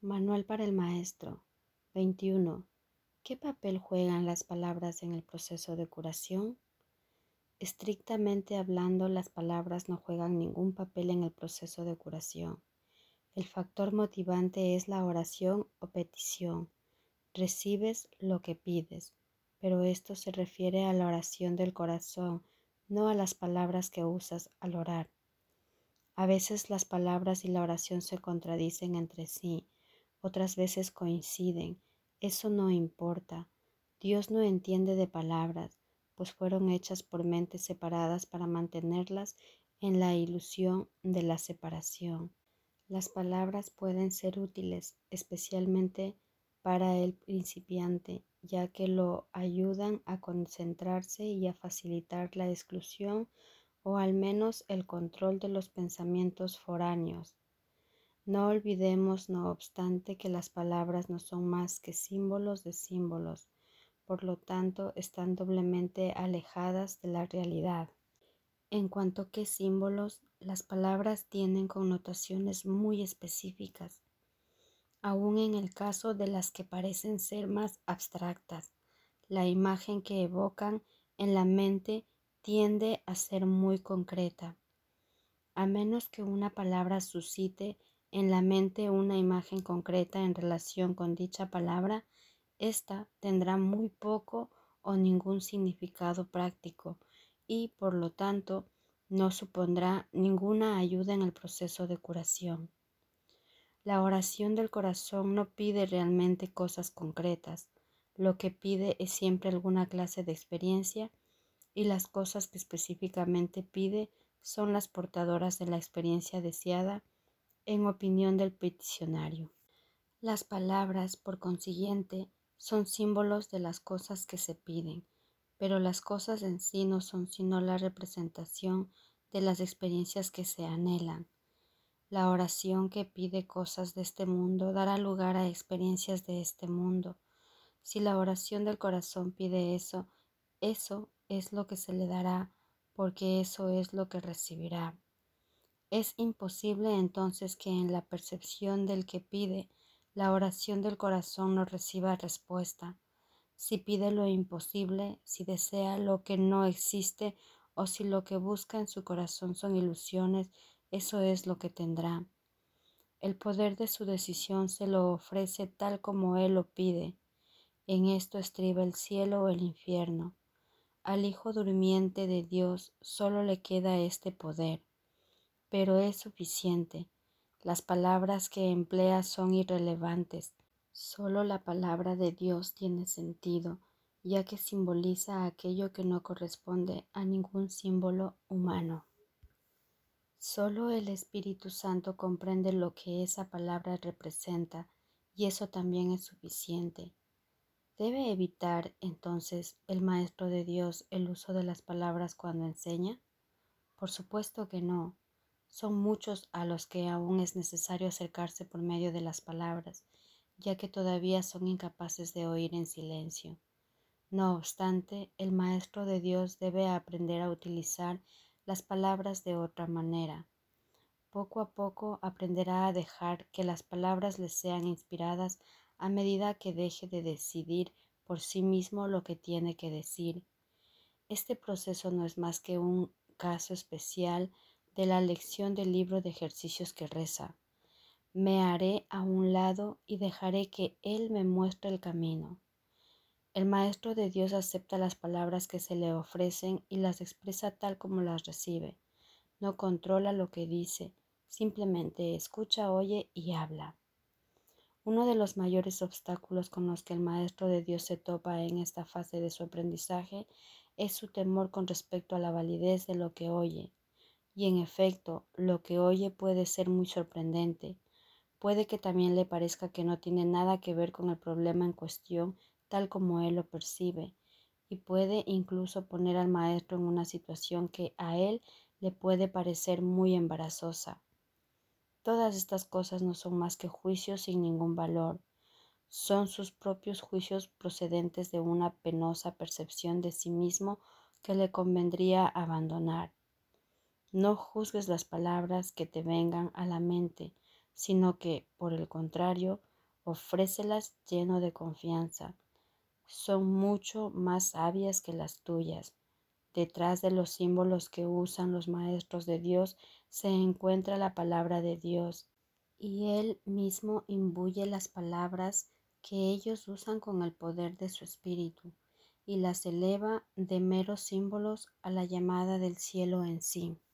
Manual para el maestro. 21. ¿Qué papel juegan las palabras en el proceso de curación? Estrictamente hablando, las palabras no juegan ningún papel en el proceso de curación. El factor motivante es la oración o petición. Recibes lo que pides, pero esto se refiere a la oración del corazón, no a las palabras que usas al orar. A veces las palabras y la oración se contradicen entre sí, otras veces coinciden. Eso no importa. Dios no entiende de palabras, pues fueron hechas por mentes separadas para mantenerlas en la ilusión de la separación. Las palabras pueden ser útiles, especialmente para el principiante, ya que lo ayudan a concentrarse y a facilitar la exclusión o al menos el control de los pensamientos foráneos. No olvidemos, no obstante, que las palabras no son más que símbolos de símbolos, por lo tanto están doblemente alejadas de la realidad. En cuanto que símbolos, las palabras tienen connotaciones muy específicas, aun en el caso de las que parecen ser más abstractas. La imagen que evocan en la mente tiende a ser muy concreta. A menos que una palabra suscite en la mente una imagen concreta en relación con dicha palabra, ésta tendrá muy poco o ningún significado práctico y, por lo tanto, no supondrá ninguna ayuda en el proceso de curación. La oración del corazón no pide realmente cosas concretas. Lo que pide es siempre alguna clase de experiencia y las cosas que específicamente pide son las portadoras de la experiencia deseada en opinión del peticionario. Las palabras, por consiguiente, son símbolos de las cosas que se piden, pero las cosas en sí no son sino la representación de las experiencias que se anhelan. La oración que pide cosas de este mundo dará lugar a experiencias de este mundo. Si la oración del corazón pide eso, eso es lo que se le dará, porque eso es lo que recibirá. Es imposible entonces que en la percepción del que pide, la oración del corazón no reciba respuesta. Si pide lo imposible, si desea lo que no existe o si lo que busca en su corazón son ilusiones, eso es lo que tendrá. El poder de su decisión se lo ofrece tal como él lo pide. En esto estriba el cielo o el infierno. Al Hijo durmiente de Dios solo le queda este poder, pero es suficiente. Las palabras que emplea son irrelevantes. Solo la palabra de Dios tiene sentido, ya que simboliza aquello que no corresponde a ningún símbolo humano. Solo el Espíritu Santo comprende lo que esa palabra representa, y eso también es suficiente. ¿Debe evitar, entonces, el Maestro de Dios el uso de las palabras cuando enseña? Por supuesto que no. Son muchos a los que aún es necesario acercarse por medio de las palabras, ya que todavía son incapaces de oír en silencio. No obstante, el Maestro de Dios debe aprender a utilizar las palabras de otra manera. Poco a poco aprenderá a dejar que las palabras le sean inspiradas a medida que deje de decidir por sí mismo lo que tiene que decir. Este proceso no es más que un caso especial de la lección del libro de ejercicios que reza: me haré a un lado y dejaré que Él me muestre el camino. El Maestro de Dios acepta las palabras que se le ofrecen y las expresa tal como las recibe. No controla lo que dice, simplemente escucha, oye y habla. Uno de los mayores obstáculos con los que el Maestro de Dios se topa en esta fase de su aprendizaje es su temor con respecto a la validez de lo que oye. Y en efecto, lo que oye puede ser muy sorprendente. Puede que también le parezca que no tiene nada que ver con el problema en cuestión tal como él lo percibe, y puede incluso poner al maestro en una situación que a él le puede parecer muy embarazosa. Todas estas cosas no son más que juicios sin ningún valor. Son sus propios juicios procedentes de una penosa percepción de sí mismo que le convendría abandonar. No juzgues las palabras que te vengan a la mente, sino que, por el contrario, Ofrécelas lleno de confianza. Son mucho más sabias que las tuyas. Detrás de los símbolos que usan los maestros de Dios se encuentra la palabra de Dios, y Él mismo imbuye las palabras que ellos usan con el poder de su espíritu y las eleva de meros símbolos a la llamada del cielo en sí.